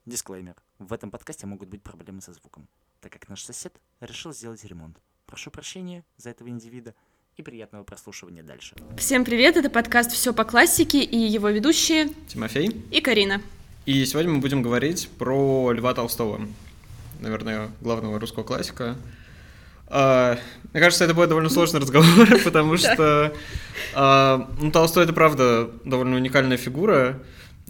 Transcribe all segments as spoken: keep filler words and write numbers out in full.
Дисклеймер. В этом подкасте могут быть проблемы со звуком, так как наш сосед решил сделать ремонт. Прошу прощения за этого индивида и приятного прослушивания дальше. Всем привет, это подкаст «Все по классике» и его ведущие Тимофей и Карина. И сегодня мы будем говорить про Льва Толстого, наверное, главного русского классика. Мне кажется, это будет довольно сложный разговор, потому что ну, Толстой — это, правда, довольно уникальная фигура.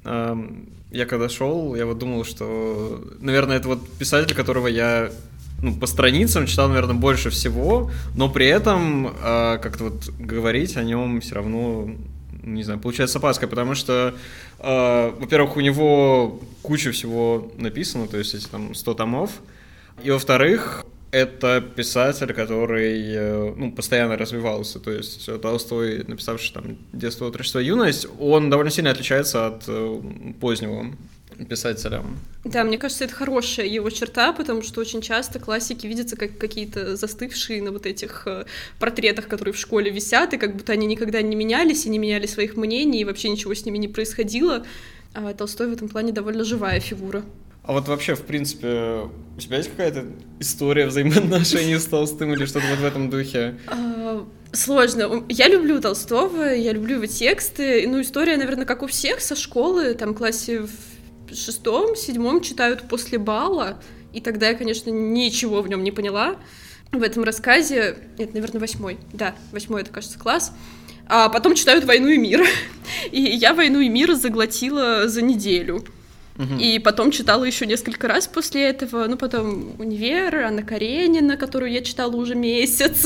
Я когда шел, я вот думал, что, наверное, это вот писатель, которого я ну, по страницам читал, наверное, больше всего, но при этом как-то вот говорить о нем все равно, не знаю, получается с опаской, потому что, во-первых, у него куча всего написано, то есть эти там сто томов, и, во-вторых, это писатель, который ну, постоянно развивался. То есть Толстой, написавший там «Детство, отрочество, юность», он довольно сильно отличается от позднего писателя. Да, мне кажется, это хорошая его черта, потому что очень часто классики видятся как какие-то застывшие на вот этих портретах, которые в школе висят, и как будто они никогда не менялись и не меняли своих мнений, и вообще ничего с ними не происходило. А Толстой в этом плане довольно живая фигура. А вот вообще, в принципе, у тебя есть какая-то история взаимоотношений с Толстым или что-то вот в этом духе? А, сложно. Я люблю Толстого, я люблю его тексты. Ну, история, наверное, как у всех, со школы, там, в классе в шестом, седьмом читают «После бала», и тогда я, конечно, ничего в нем не поняла. В этом рассказе, это, наверное, восьмой, да, восьмой, это, кажется, класс. А потом читают «Войну и мир», и я «Войну и мир» заглотила за неделю. И потом читала еще несколько раз после этого. Ну, потом «Универ», Анна Каренина, которую я читала уже месяц.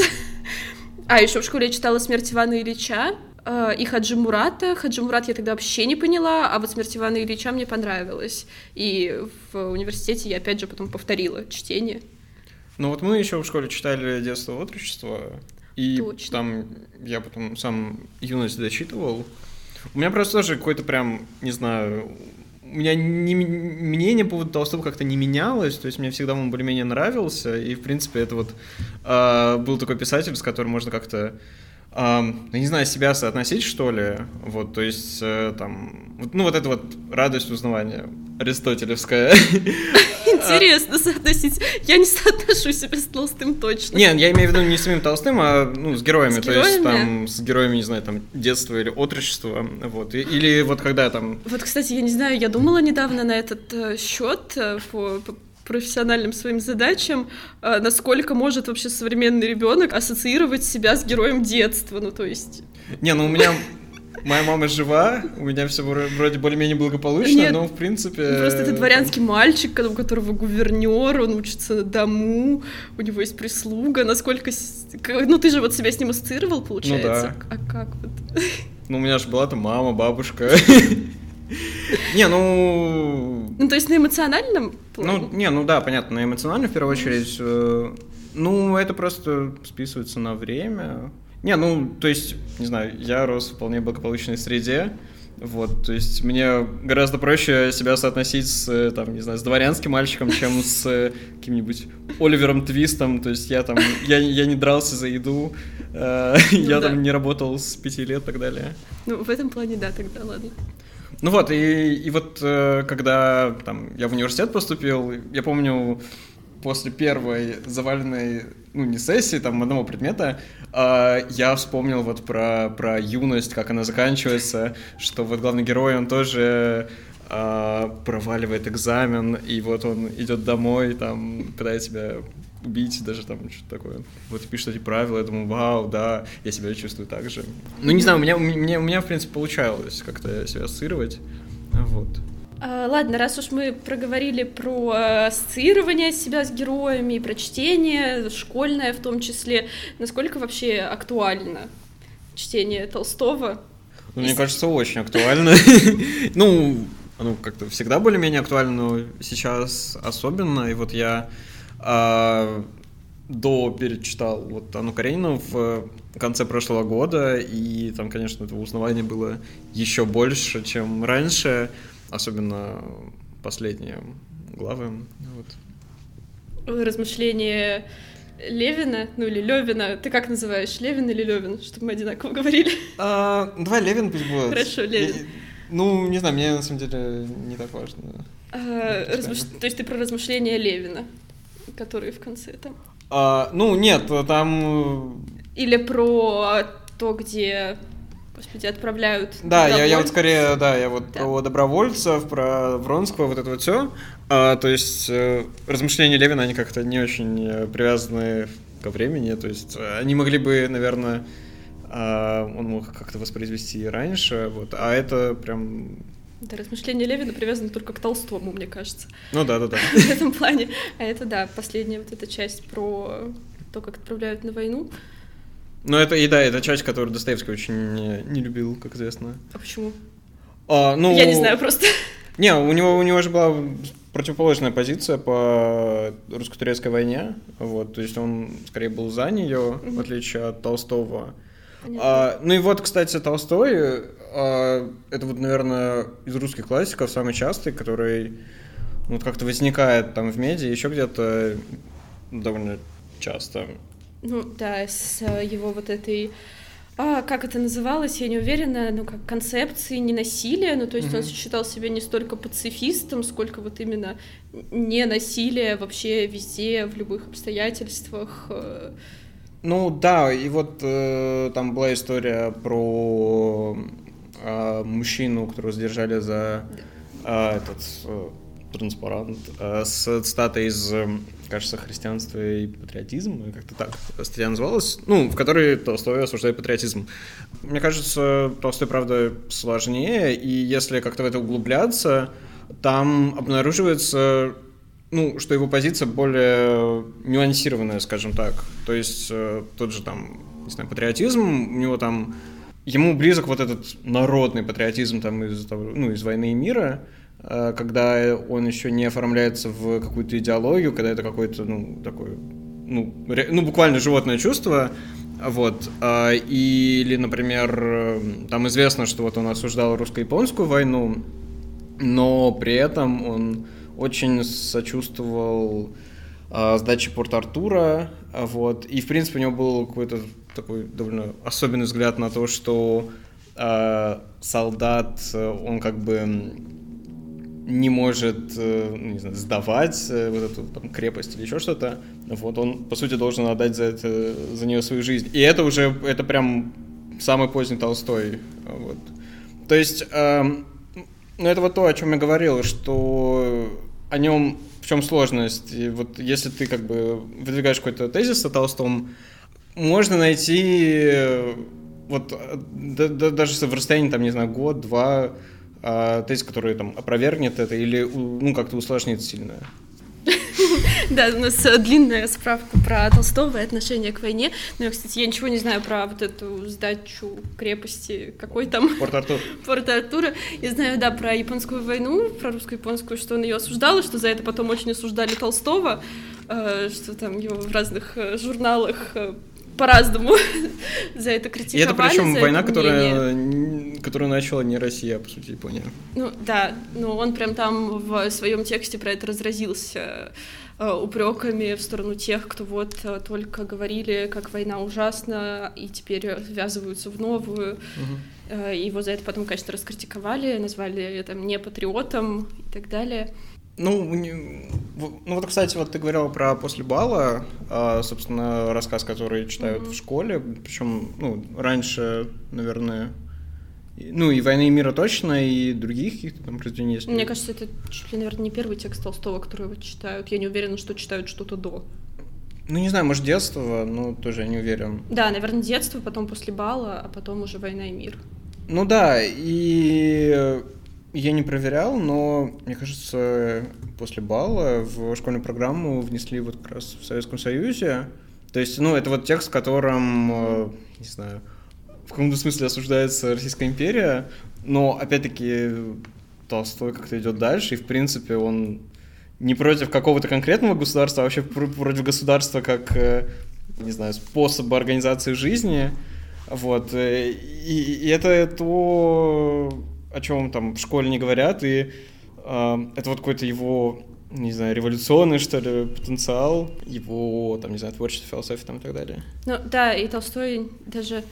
А еще в школе я читала «Смерть Ивана Ильича» и «Хаджи Мурата». «Хаджи Мурат» я тогда вообще не поняла, а вот «Смерть Ивана Ильича» мне понравилась. И в университете я опять же потом повторила чтение. Ну вот мы еще в школе читали «Детство, отрочество», и Точно. Там я потом сам «Юность» дочитывал. У меня просто тоже какой-то прям, не знаю... У меня не, мнение по поводу Толстого как-то не менялось, то есть мне всегда он более-менее нравился, и, в принципе, это вот э, был такой писатель, с которым можно как-то, э, не знаю, себя соотносить, что ли, вот, то есть, э, там, ну, вот это вот радость узнавания аристотелевская. Интересно соотносить. Я не соотношу себя с Толстым точно. Не, я имею в виду не с самим Толстым, а ну, с героями. С то героями? есть там с героями, не знаю, там детство или отрочество. Вот. И, или вот когда там. Вот, кстати, я не знаю, я думала недавно на этот э, счет э, по, по профессиональным своим задачам, э, насколько может вообще современный ребенок ассоциировать себя с героем детства. Ну, то есть. Не, ну у меня. Моя мама жива, у меня все вроде более-менее благополучно, Нет, но в принципе... Просто это дворянский мальчик, у которого гувернер, он учится на дому, у него есть прислуга, насколько... Ну, ты же вот себя с ним ассоциировал, получается? Ну да. А как вот? Ну, у меня же была там мама, бабушка. Не, ну... Ну, то есть на эмоциональном плане? Ну, не, ну да, понятно, на эмоциональном в первую очередь. Ну, это просто списывается на время... Не, ну, то есть, не знаю, я рос в вполне благополучной среде, вот, то есть мне гораздо проще себя соотносить с, там, не знаю, с дворянским мальчиком, чем с каким-нибудь Оливером Твистом, то есть я там, я, я не дрался за еду, э, ну, я да. там не работал с пяти лет и так далее. Ну, в этом плане, да, тогда ладно. Ну вот, и, и вот, когда там я в университет поступил, я помню... После первой заваленной, ну, не сессии, там, одного предмета, э, я вспомнил вот про, про юность, как она заканчивается, что вот главный герой, он тоже э, проваливает экзамен, и вот он идет домой, там, пытается себя убить, даже там что-то такое. Вот пишет эти правила, я думаю, вау, да, я себя чувствую так же. Ну, не знаю, у меня, у меня, у меня в принципе, получалось как-то себя ассоциировать, вот. А, ладно, раз уж мы проговорили про ассоциирование себя с героями, про чтение, школьное в том числе, насколько вообще актуально чтение Толстого? Ну, мне кажется, очень актуально. Ну, оно как-то всегда более-менее актуально, но сейчас особенно. И вот я до перечитал вот Анну Каренину в конце прошлого года, и там, конечно, этого узнавания было еще больше, чем раньше. Особенно последние главы. Вот. Размышления Левина, ну или Левина. Ты как называешь, Левин или Левин, чтобы мы одинаково говорили? А, давай Левин пусть будет. Хорошо, Левин. Я, ну, не знаю, мне на самом деле не так важно. А, размыш... То есть ты про размышления Левина, которые в конце там? А, ну, нет, там... Или про то, где, господи, отправляют... Да, я, я вот скорее, да, я вот да. про добровольцев, про Вронского, вот это вот все. А, то есть э, размышления Левина, они как-то не очень привязаны ко времени, то есть они могли бы, наверное, э, он мог как-то воспроизвести и раньше, вот, а это прям... Да, размышления Левина привязаны только к Толстому, мне кажется. Ну да, да, да. В этом плане. А это, да, последняя вот эта часть про то, как отправляют на войну. Ну это, и да, это часть, которую Достоевский очень не, не любил, как известно. А почему? А, ну... Я не знаю просто. Не, у него, у него же была противоположная позиция по русско-турецкой войне, вот, то есть он скорее был за нее, mm-hmm. в отличие от Толстого. А, ну и вот, кстати, Толстой, а, это вот, наверное, из русских классиков самый частый, который вот как-то возникает там в медиа, еще где-то довольно часто. Ну да, с его вот этой... А, как это называлось, я не уверена, ну, как концепции ненасилия, ну, то есть mm-hmm. он считал себя не столько пацифистом, сколько вот именно ненасилие вообще везде, в любых обстоятельствах. Ну, да, и вот э, там была история про э, мужчину, которого задержали за э, этот э, транспарант э, с цитатой из... кажется, «Христианство и патриотизм», как-то так статья называлась, ну, в которой Толстой осуждает патриотизм. Мне кажется, Толстой, правда, сложнее, и если как-то в это углубляться, там обнаруживается, ну, что его позиция более нюансированная, скажем так. То есть тот же там, не знаю, патриотизм, у него там, ему близок вот этот народный патриотизм там из, ну, из «Войны и мира», когда он еще не оформляется в какую-то идеологию, когда это какое-то, ну, такое, ну, ре, ну буквально животное чувство, вот, или, например, там известно, что вот он осуждал русско-японскую войну, но при этом он очень сочувствовал сдаче Порт-Артура, вот, и, в принципе, у него был какой-то такой довольно особенный взгляд на то, что солдат, он как бы не может, не знаю, сдавать вот эту там крепость или еще что-то, вот, он, по сути, должен отдать за это, за нее свою жизнь. И это уже, это прям самый поздний Толстой, вот. То есть, э, ну, это вот то, о чем я говорил, что о нем в чем сложность. И вот если ты как бы выдвигаешь какой-то тезис о Толстом, можно найти вот да, да, даже в расстоянии, там, не знаю, год, два, тезис, который там опровергнет это или, ну, как-то усложнит сильно. Да, у нас длинная справка про Толстого и отношение к войне. Но, кстати, я ничего не знаю про вот эту сдачу крепости, какой там... Порт-Артур. Порт-Артура. Я знаю, да, про японскую войну, про русско-японскую, что он ее осуждал, и что за это потом очень осуждали Толстого, что там его в разных журналах по-разному за это критиковали. И это причем война, которая, которую начала не Россия, а, по сути, Япония. Ну да, ну он прям там в своем тексте про это разразился э, упреками в сторону тех, кто вот только говорили, как война ужасна, и теперь ввязываются в новую. Угу. Э, его за это потом, конечно, раскритиковали, назвали там не патриотом и так далее. Ну, ну вот, кстати, вот ты говорила про «После бала», собственно, рассказ, который читают mm-hmm. в школе, причем, ну, раньше, наверное, ну, и «Войны и мира» точно, и других каких-то там произведений есть. Мне кажется, это, чуть ли, наверное, не первый текст Толстого, который его читают. Я не уверена, что читают что-то до. Ну, не знаю, может, детство, но тоже я не уверен. Да, наверное, детство, потом «После бала», а потом уже «Война и мир». Ну да, и... Я не проверял, но, мне кажется, «После бала» в школьную программу внесли вот как раз в Советском Союзе. То есть, ну, это вот текст, в котором, не знаю, в каком-то смысле осуждается Российская империя, но, опять-таки, Толстой как-то идет дальше, и, в принципе, он не против какого-то конкретного государства, а вообще против государства как, не знаю, способа организации жизни. Вот. И, и это то... о чем там в школе не говорят, и э, это вот какой-то его, не знаю, революционный, что ли, потенциал, его, там, не знаю, творчество, философия там и так далее. Ну, да, и Толстой даже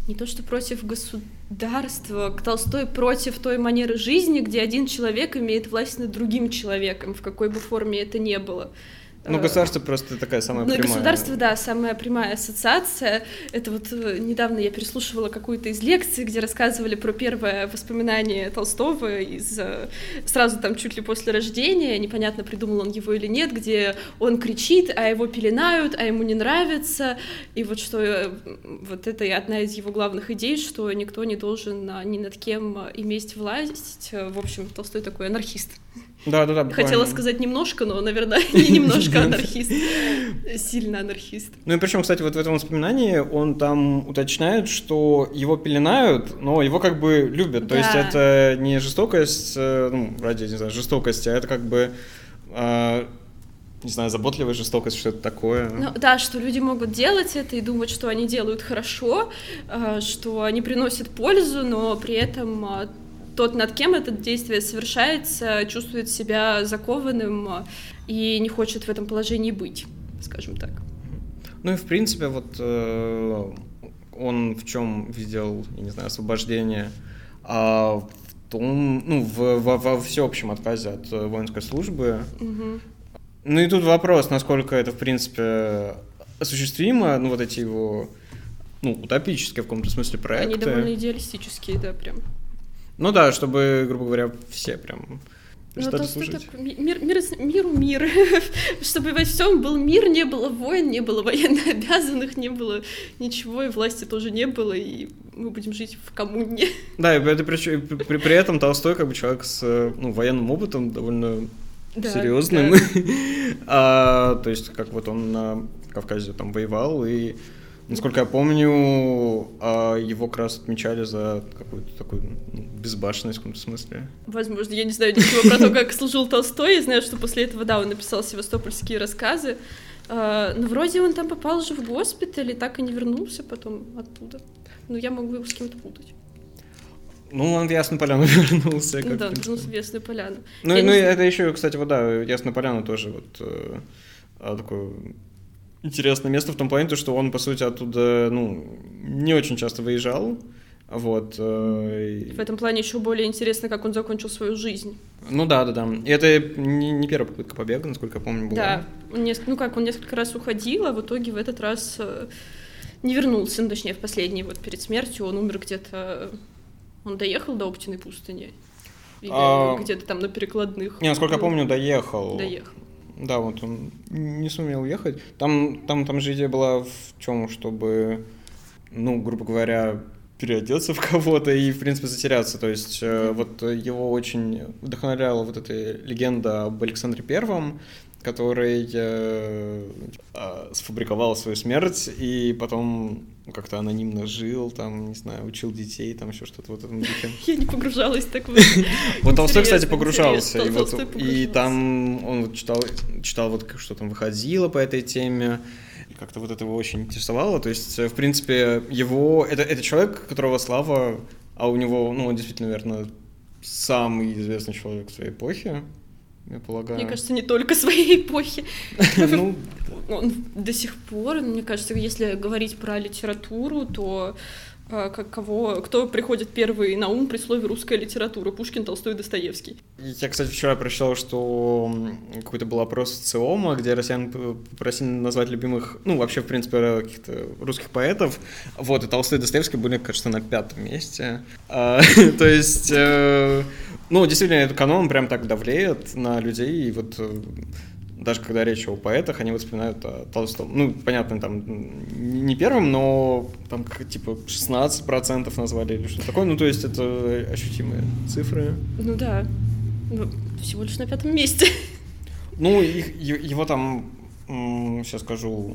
не то что против государства, Толстой против той манеры жизни, где один человек имеет власть над другим человеком, в какой бы форме это ни было. Ну, государство просто такая самая ну, прямая. Государство, да, самая прямая ассоциация. Это вот недавно я переслушивала какую-то из лекций, где рассказывали про первое воспоминание Толстого из сразу там чуть ли после рождения, непонятно, придумал он его или нет, где он кричит, а его пеленают, а ему не нравится. И вот что вот это одна из его главных идей, что никто не должен ни над кем иметь власть. В общем, Толстой такой анархист. Да, да, да. Хотела сказать немножко, но, наверное, не немножко анархист. Сильно анархист. Ну и причем, кстати, вот в этом воспоминании он там уточняет, что его пеленают, но его как бы любят. Да. То есть это не жестокость, ну, ради, не знаю, жестокости, а это как бы, э, не знаю, заботливая жестокость, что-то такое. Ну да, что люди могут делать это и думать, что они делают хорошо, э, что они приносят пользу, но при этом... Э, тот, над кем это действие совершается, чувствует себя закованным и не хочет в этом положении быть, скажем так. Ну и в принципе вот э, он в чем видел, я не знаю, освобождение, а в том, ну, в, в, во всеобщем отказе от воинской службы. Угу. Ну и тут вопрос, насколько это в принципе осуществимо, ну вот эти его, ну, утопические в каком-то смысле проекты. Они довольно идеалистические, да, прям. Ну да, чтобы, грубо говоря, все прям перестали ну, служить. Так, мир, мир, миру мир. Чтобы во всем был мир, не было войн, не было военнообязанных, не было ничего, и власти тоже не было, и мы будем жить в коммуне. Да, и это при, при, при этом Толстой как бы человек с, ну, военным опытом довольно да, серьезным. Да. а, то есть как вот он на Кавказе там воевал, и насколько я помню, его как раз отмечали за какую-то такую безбашенность в каком-то смысле. Возможно, я не знаю ничего про то, как служил Толстой. Я знаю, что после этого, да, он написал севастопольские рассказы. Но вроде он там попал же в госпиталь и так и не вернулся потом оттуда. Но я могу его с кем-то путать. Ну, он в Ясную Поляну вернулся. Ну да, вернулся в Ясную Поляну. Ну, ну не... это еще, кстати, вот да, Ясная Поляна тоже вот такой... Интересное место в том плане, что он, по сути, оттуда, ну, не очень часто выезжал, вот. Э, в этом плане еще более интересно, как он закончил свою жизнь. Ну да, да, да. И это не, не первая попытка побега, насколько я помню, была. Да, он неск... ну как, он несколько раз уходил, а в итоге в этот раз э, не вернулся, ну, точнее, в последний, вот перед смертью он умер где-то, он доехал до Оптиной пустыни? Или а... где-то там на перекладных? Не, насколько ну, я помню, доехал. Доехал. Да, вот он не сумел уехать. Там, там, там же идея была в чем, чтобы, ну, грубо говоря, переодеться в кого-то и, в принципе, затеряться. То есть э, вот его очень вдохновляла вот эта легенда об Александре Первом, который э, э, сфабриковал свою смерть и потом как-то анонимно жил, там, не знаю, учил детей, там еще что-то в этом духе. Я не погружалась так в Вот Толстой, кстати, погружался. И там он читал, читал вот, что там выходило по этой теме, как-то вот это его очень интересовало. То есть, в принципе, его... Это, это человек, которого слава, а у него, ну, он действительно, наверное, самый известный человек в своей эпохе, я полагаю. Мне кажется, не только своей эпохи. Ну, он до сих пор, мне кажется, если говорить про литературу, то как кого, кто приходит первый на ум при слове русская литература? Пушкин, Толстой, Достоевский. Я, кстати, вчера прочитал, что какой-то был опрос ЦИОМа, где россиян попросили назвать любимых, ну, вообще, в принципе, каких-то русских поэтов. Вот, и Толстой и Достоевский были, кажется, на пятом месте. То есть... Ну, действительно, этот канон прям так давлеет на людей, и вот даже когда речь о поэтах, они вот вспоминают о Толстом. Ну, понятно, там не первым, но там как, типа шестнадцать процентов назвали или что-то такое. Ну, то есть это ощутимые цифры. Ну да, всего лишь на пятом месте. Ну, их, его там, сейчас скажу,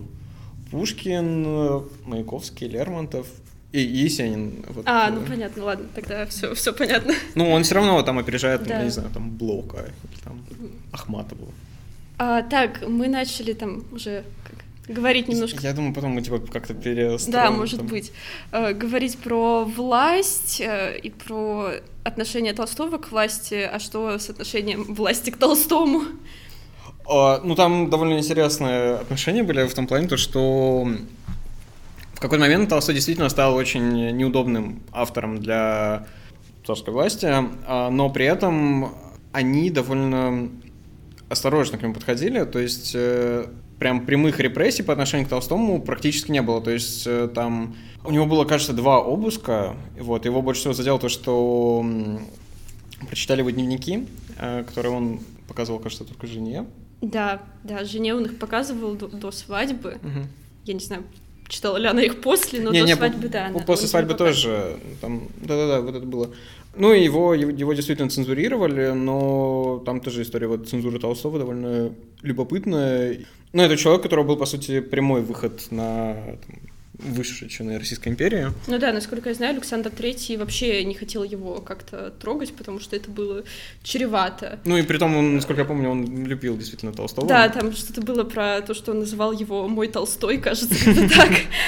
Пушкин, Маяковский, Лермонтов и Есенин. Вот. А, ну понятно, ладно, тогда все, все понятно. Ну, он все равно там опережает, да. Я не знаю, там Блока или там Ахматову. А, так, мы начали там уже как, говорить немножко... Я думаю, потом мы типа как-то перестроим. Да, может там. быть. Э, говорить про власть э, и про отношение Толстого к власти, а что с отношением власти к Толстому? А, ну, там довольно интересные отношения были в том плане, то, что... В какой-то момент Толстой действительно стал очень неудобным автором для царской власти, но при этом они довольно осторожно к нему подходили, то есть прям прямых репрессий по отношению к Толстому практически не было, то есть там у него было, кажется, два обыска, вот, его больше всего задело то, что прочитали его дневники, которые он показывал, кажется, только жене. Да, да, жене он их показывал до, до свадьбы, Угу. Я не знаю, читала ли она их после, но не, до не, свадьбы, да. Она, после свадьбы тоже. Там, да-да-да, вот это было. Ну, и его, его действительно цензурировали, но там тоже история вот цензуры Толстого довольно любопытная. Ну, это человек, у которого был, по сути, прямой выход на там, высшую Российской империи. Ну да, насколько я знаю, Александр Третий вообще не хотел его как-то трогать, потому что это было чревато. Ну и при том, он, насколько я помню, он любил действительно Толстого. Да, там что-то было про то, что он называл его «мой Толстой», кажется, как-то так.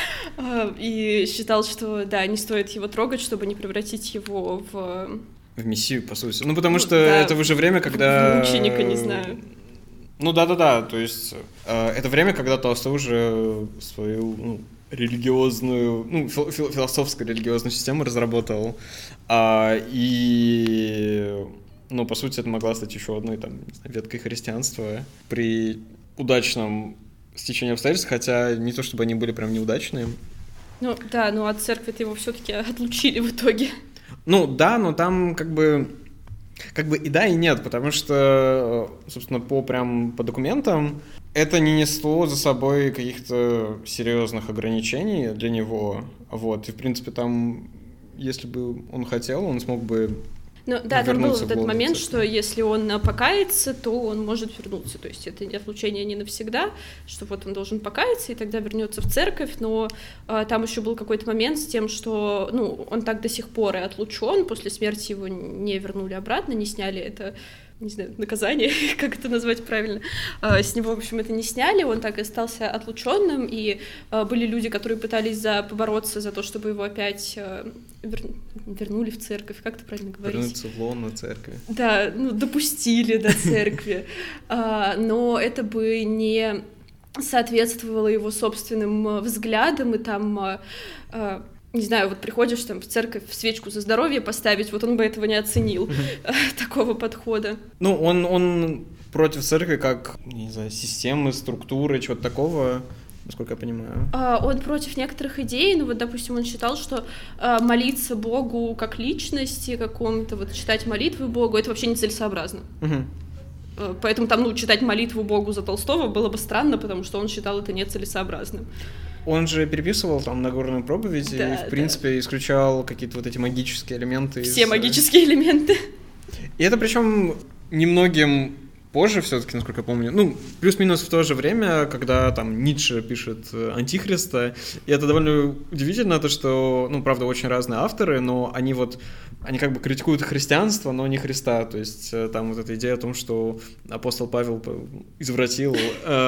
И считал, что, да, не стоит его трогать, чтобы не превратить его в... В мессию, по сути. Ну, потому что да, это уже время, когда... В мученика, не знаю. Ну да-да-да, то есть э, это время, когда Толстой уже свою ну, религиозную, ну, фил- фил- философскую религиозную систему разработал, а, и, ну, по сути, это могла стать еще одной, там, не знаю, веткой христианства при удачном стечении обстоятельств, хотя не то, чтобы они были прям неудачные. Ну да, ну от церкви-то его все-таки отлучили в итоге. Ну да, но там как бы... Как бы и да, и нет, потому что, собственно, по прям по документам это не несло за собой каких-то серьезных ограничений для него, вот, и, в принципе, там, если бы он хотел, он смог бы Ну да, там был вот этот Голгофу, момент, кстати. что если он покается, то он может вернуться. То есть это отлучение не навсегда, что вот он должен покаяться и тогда вернется в церковь, но а, там еще был какой-то момент с тем, что ну, он так до сих пор и отлучен, после смерти его не вернули обратно, не сняли это, не знаю, наказание, как это назвать правильно. А, с него, в общем, это не сняли, он так и остался отлученным, и а, были люди, которые пытались за, побороться за то, чтобы его опять а, вер... вернули в церковь, как это правильно говорить? вернуться в лоно церкви. Да, ну, допустили до церкви, а, но это бы не соответствовало его собственным взглядам, и там... а, а, не знаю, вот приходишь там в церковь свечку за здоровье поставить, вот он бы этого не оценил, такого подхода. Ну, он, он против церкви как, не знаю, системы, структуры, чего-то такого, насколько я понимаю. А, он против некоторых идей, ну вот, допустим, он считал, что а, молиться Богу как личности какому-то, вот читать молитвы Богу, это вообще нецелесообразно. Угу. Поэтому там, ну, читать молитву Богу за Толстого было бы странно, потому что он считал это нецелесообразным. Он же переписывал там Нагорные проповеди Да, и, в принципе, да. исключал какие-то вот эти магические элементы. Все из... магические элементы. И это причем немногим позже все-таки, насколько я помню, ну, плюс-минус в то же время, когда там Ницше пишет «Антихриста», и это довольно удивительно, то, что, ну, правда, очень разные авторы, но они вот, они как бы критикуют христианство, но не Христа, то есть там вот эта идея о том, что апостол Павел извратил...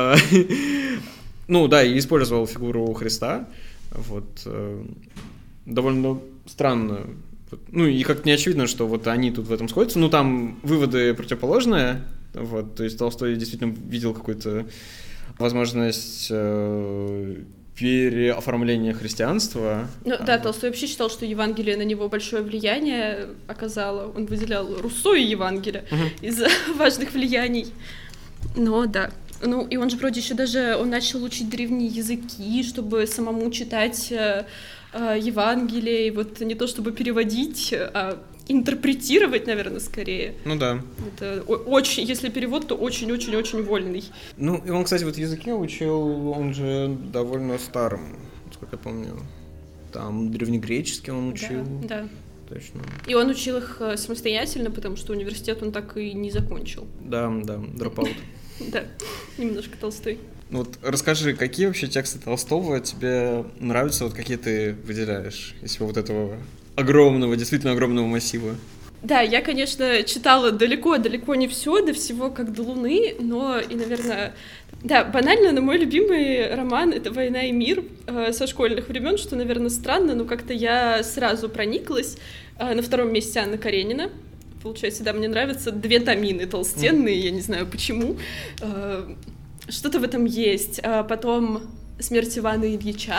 Ну да, и использовал фигуру Христа, вот, э, довольно странно. Ну и как-то не очевидно, что вот они тут в этом сходятся, ну там выводы противоположные, вот, то есть Толстой действительно видел какую-то возможность э, переоформления христианства. Ну а, да, Толстой вообще считал, что Евангелие на него большое влияние оказало, он выделял Руссо и Евангелие угу. из важных влияний, но да. Ну, и он же вроде еще даже, он начал учить древние языки, чтобы самому читать э, э, Евангелие, и вот не то чтобы переводить, а интерпретировать, наверное, скорее. Ну да. Это очень, если перевод, то очень-очень-очень вольный. Ну, и он, кстати, вот языки учил, он же довольно старым, насколько я помню. Там древнегреческий он учил. Да, да. Точно. И он учил их самостоятельно, потому что университет он так и не закончил. Да, да, дропаут. Да, немножко Толстой. Ну вот расскажи, какие вообще тексты Толстого тебе нравятся, вот какие ты выделяешь из всего вот этого огромного, действительно огромного массива? Да, я, конечно, читала далеко-далеко не все, до всего как до Луны, но и, наверное, да, банально, но мой любимый роман — это «Война и мир» э, со школьных времен, что, наверное, странно, но как-то я сразу прониклась. Э, на втором месте Анна Каренина. Получается, да, мне нравятся две томины толстенные, mm. я не знаю почему. Э, что-то в этом есть. А потом «Смерть Ивана Ильича».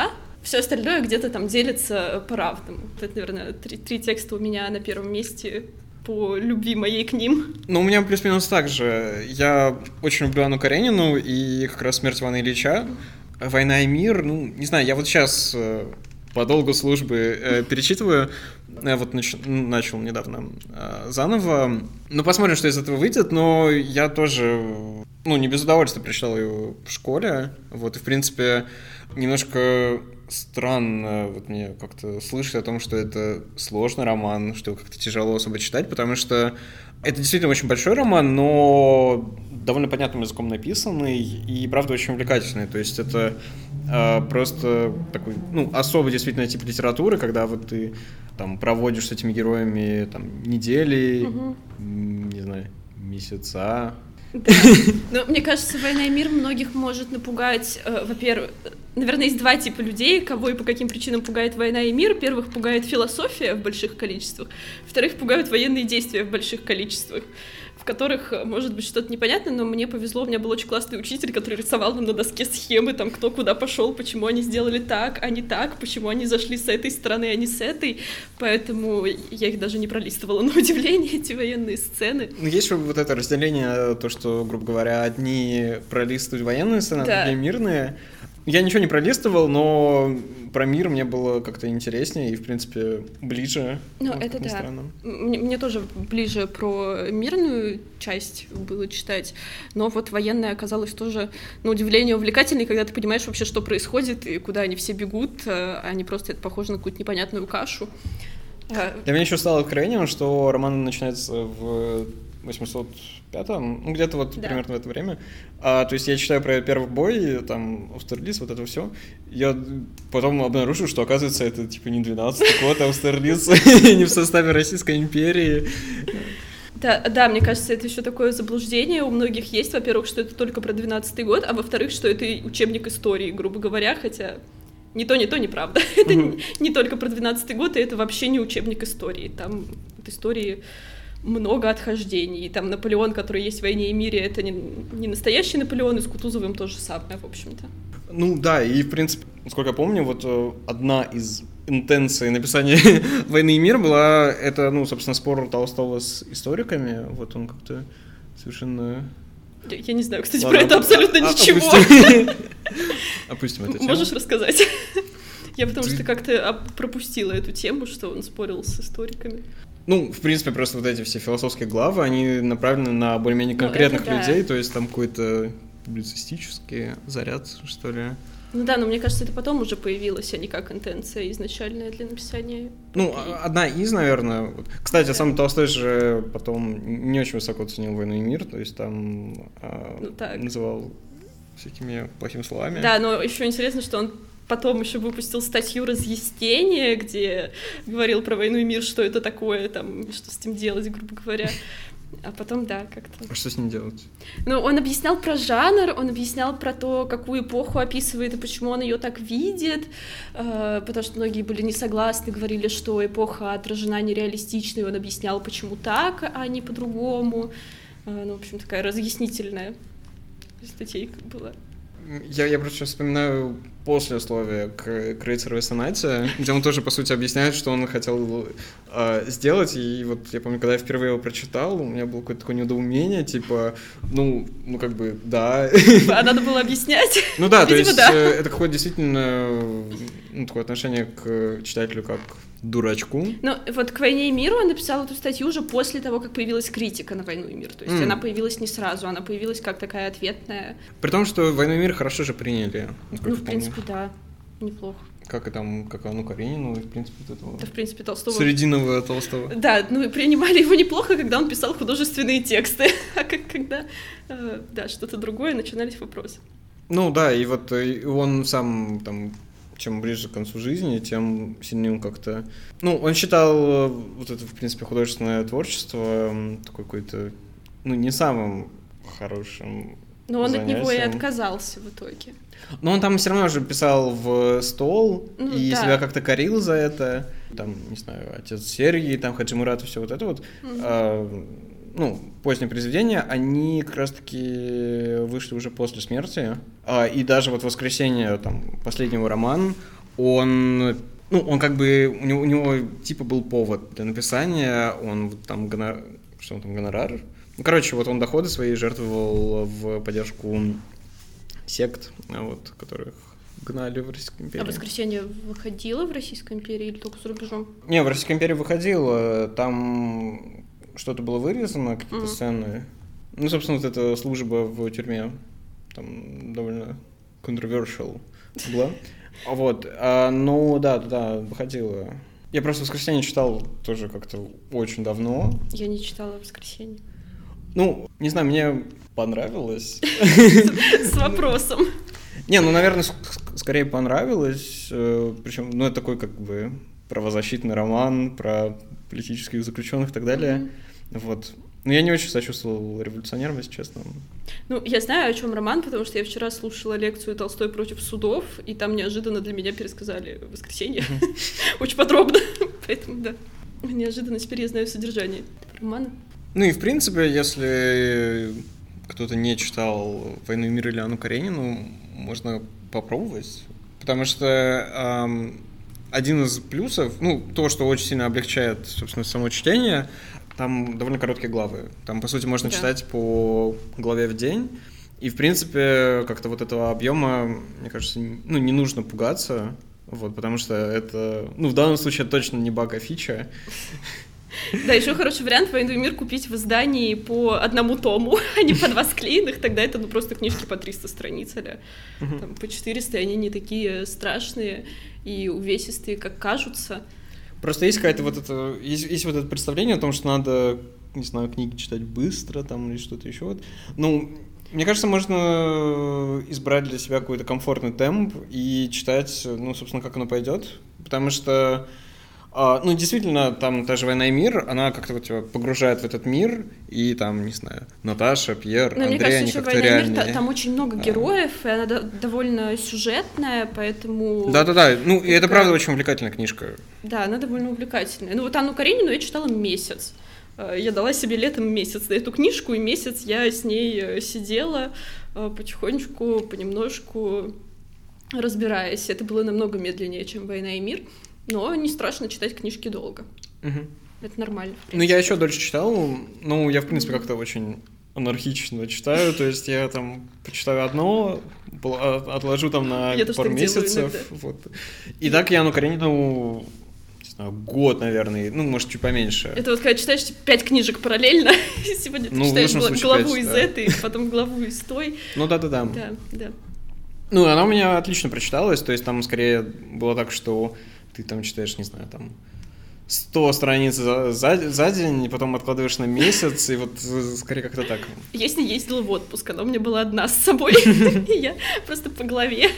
Все остальное где-то там делится по-равному. Это, наверное, три, три текста у меня на первом месте по любви моей к ним. Ну, у меня плюс-минус так же. Я очень люблю Анну Каренину и как раз «Смерть Ивана Ильича». «Война и мир», ну, не знаю, я вот сейчас по долгу службы э, перечитываю, я вот нач... начал недавно э, заново. Ну, посмотрим, что из этого выйдет, но я тоже, ну, не без удовольствия прочитал ее в школе, вот, и, в принципе, немножко странно вот мне как-то слышать о том, что это сложный роман, что его как-то тяжело особо читать, потому что это действительно очень большой роман, но довольно понятным языком написанный и, правда, очень увлекательный. То есть это э, просто такой, ну, особый действительно тип литературы, когда вот ты там проводишь с этими героями там недели, угу. не знаю, месяца. Да. Но мне кажется, «Война и мир» многих может напугать, э, во-первых, наверное, есть два типа людей, кого и по каким причинам пугает «Война и мир». Первых пугает философия в больших количествах, вторых пугают военные действия в больших количествах, в которых может быть что-то непонятное, но мне повезло, у меня был очень классный учитель, который рисовал нам на доске схемы, там, кто куда пошел, почему они сделали так, а не так, почему они зашли с этой стороны, а не с этой, поэтому я их даже не пролистывала, на удивление, эти военные сцены. Ну, есть вот это разделение, то, что, грубо говоря, одни пролистывают военные сцены, да. а другие мирные. Я ничего не пролистывал, но про мир мне было как-то интереснее и, в принципе, ближе. Ну, вот, это да. Мне, мне тоже ближе про мирную часть было читать, но вот военная оказалась тоже, на удивление, увлекательной, когда ты понимаешь вообще, что происходит и куда они все бегут, а не просто это похоже на какую-то непонятную кашу. Для меня еще стало откровением, что роман начинается в восемьсот пятом, ну, где-то вот да. примерно в это время. А, то есть я читаю про первый бой, там, Аустерлиц, вот это все. Я потом обнаружил, что, оказывается, это, типа, не двенадцатый год, а Аустерлиц не в составе Российской империи. Да, да, мне кажется, это еще такое заблуждение у многих есть. Во-первых, что это только про двенадцатый год, а во-вторых, что это учебник истории, грубо говоря, хотя... Ни то, ни то, неправда. Mm-hmm. Это не, не только про двенадцатый год, и это вообще не учебник истории. Там от истории много отхождений. Там Наполеон, который есть в «Войне и мире», это не, не настоящий Наполеон, и с Кутузовым то же самое, в общем-то. Ну да, и в принципе, насколько я помню, вот одна из интенций написания «Войны и мира» была, это, ну, собственно, спор Толстого с историками. Вот он как-то совершенно... Я, я не знаю, кстати, Ладно, про это абсолютно а, ничего. Опустим. Опустим эту тему. Можешь рассказать? Я потому Ты... что как-то пропустила эту тему, что он спорил с историками. Ну, в принципе, просто вот эти все философские главы, они направлены на более-менее конкретных ну, людей, да. то есть там какой-то публицистический заряд, что ли. Ну да, но мне кажется, это потом уже появилось, а не как интенция изначальная для написания. Ну, одна из, наверное. Кстати, да. сам Толстой же потом не очень высоко ценил «Войну и мир», то есть там ну, а, называл всякими плохими словами. Да, но еще интересно, что он потом еще выпустил статью разъяснения, где говорил про «Войну и мир», что это такое, там, что с этим делать, грубо говоря. А потом, да, как-то... А что с ним делать? Ну, он объяснял про жанр, он объяснял про то, какую эпоху описывает и почему он ее так видит, э, потому что многие были не согласны, говорили, что эпоха отражена нереалистично, и он объяснял, почему так, а не по-другому. Э, ну, в общем, такая разъяснительная статейка была. Я, я просто сейчас вспоминаю послесловие к Крейцеровой сонате, где он тоже, по сути, объясняет, что он хотел э, сделать, и вот я помню, когда я впервые его прочитал, у меня было какое-то такое недоумение, типа, ну, ну как бы, да. А надо было объяснять? Ну да, то есть это какое-то действительно ну, такое отношение к читателю как дурачку. Ну, вот к «Войне и миру» он написал эту статью уже после того, как появилась критика на «Войну и мир». То есть mm. она появилась не сразу, она появилась как такая ответная. При том, что «Войну и мир» хорошо же приняли. Ну, в принципе, да. Неплохо. Как и там, как Анну Каренину, и, в принципе, вот этого... Да, в принципе, Толстого... Срединного Толстого. Да, ну, принимали его неплохо, когда он писал художественные тексты, а как, когда, э, да, что-то другое, начинались вопросы. Ну, да, и вот и он сам, там, чем ближе к концу жизни, тем сильнее он как-то... Ну, он считал вот это, в принципе, художественное творчество такой какой-то, ну, не самым хорошим Но он занятием. От него и отказался в итоге. Но он там все равно уже писал в стол ну, и да. себя как-то корил за это. Там, не знаю, «Отец Сергий», там «Хаджи Мурат» и все вот это вот. Mm-hmm. А, ну, поздние произведения, они как раз-таки вышли уже после смерти. А, и даже вот «Воскресенье», там, последний его роман, он... Ну, он как бы... У него, у него типа был повод для написания, он там... Гонор... Что он там, гонорар? Ну, короче, вот он доходы свои жертвовал в поддержку сект, вот, которых гнали в Российской империи. А «Воскресенье» выходило в Российской империи или только за рубежом? Не, в Российской империи выходило, там что-то было вырезано, какие-то mm-hmm. сцены. Ну, собственно, вот эта служба в тюрьме, там довольно controversial была. Вот, а, ну, да, да, выходило. Я просто «Воскресенье» читал тоже как-то очень давно. Я не читала «Воскресенье». Ну, не знаю, мне понравилось. С вопросом. Не, ну, наверное, скорее понравилось. Причем, ну, это такой как бы правозащитный роман про политических заключенных и так далее. Вот. Но я не очень сочувствовал революционерам, если честно. Ну, я знаю, о чем роман, потому что я вчера слушала лекцию «Толстой против судов», и там неожиданно для меня пересказали «Воскресенье». Очень подробно. Поэтому, да, неожиданно теперь я знаю содержание романа. Ну и, в принципе, если кто-то не читал «Войну и мир» или Анну Каренину, можно попробовать. Потому что эм, один из плюсов, ну, то, что очень сильно облегчает, собственно, само чтение, там довольно короткие главы. Там, по сути, можно да. читать по главе в день. И, в принципе, как-то вот этого объема, мне кажется, ну, не нужно пугаться. Вот, потому что это, ну, в данном случае точно не баг, а фича. Да, еще хороший вариант «Войну и мир» купить в издании по одному тому, а не по два склеенных. Тогда это ну, просто книжки по триста страниц, или там, по четыреста, и они не такие страшные и увесистые, как кажутся. Просто есть какая-то вот это, есть, есть вот это представление о том, что надо, не знаю, книги читать быстро там или что-то еще. Вот. Ну, мне кажется, можно избрать для себя какой-то комфортный темп и читать, ну, собственно, как оно пойдет, потому что Uh, ну, действительно, там та же «Война и мир», она как-то вот тебя погружает в этот мир, и там, не знаю, Наташа, Пьер, но Андрей, мне кажется, они еще как-то «Война реальные. и мир», там очень много героев, uh. и она до- довольно сюжетная, поэтому... Да-да-да, ну, и это такая... правда очень увлекательная книжка. Да, она довольно увлекательная. Ну, вот Анну Каренину я читала месяц. Я дала себе летом месяц на эту книжку, и месяц я с ней сидела потихонечку, понемножку разбираясь. Это было намного медленнее, чем «Война и мир». Но не страшно читать книжки долго. Угу. Это нормально. Ну, я еще дольше читал. Ну, я, в принципе, как-то очень анархично читаю. То есть я там почитаю одно, отложу там на я пару месяцев. Вот. И так я, ну, Каренину, не знаю, год, наверное, ну, может, чуть поменьше. Это вот когда читаешь пять книжек параллельно, сегодня ты ну, читаешь случае, главу пять, из да. этой, потом главу из той. Ну, да-да-да. Да, да. Ну, она у меня отлично прочиталась. То есть там, скорее, было так, что ты там читаешь, не знаю, там сто страниц за, за, за день, и потом откладываешь на месяц, и вот скорее как-то так. Я с ней ездила в отпуск, она у меня была одна с собой, и я просто по голове